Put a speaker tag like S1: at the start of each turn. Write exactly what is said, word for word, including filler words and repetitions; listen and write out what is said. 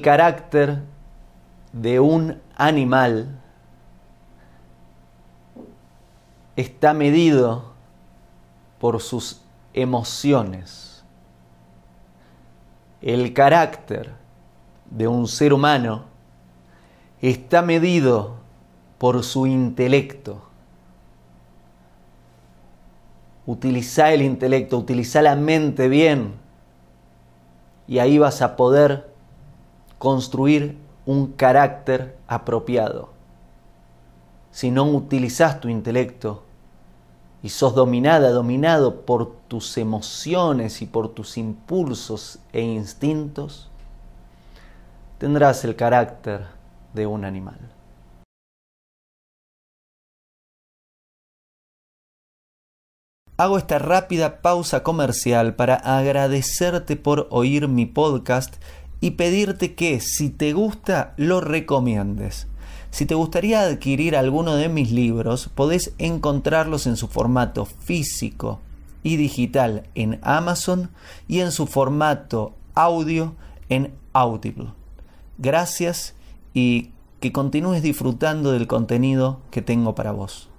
S1: carácter de un animal está medido por sus emociones. El carácter de un ser humano está medido por su intelecto. Utiliza el intelecto, utiliza la mente bien, y ahí vas a poder construir un carácter apropiado. Si no utilizas tu intelecto y sos dominada, dominado por tus emociones y por tus impulsos e instintos, tendrás el carácter de un animal. Hago esta rápida pausa comercial para agradecerte por oír mi podcast y pedirte que, si te gusta, lo recomiendes. Si te gustaría adquirir alguno de mis libros, podés encontrarlos en su formato físico y digital en Amazon y en su formato audio en Audible. Gracias y que continúes disfrutando del contenido que tengo para vos.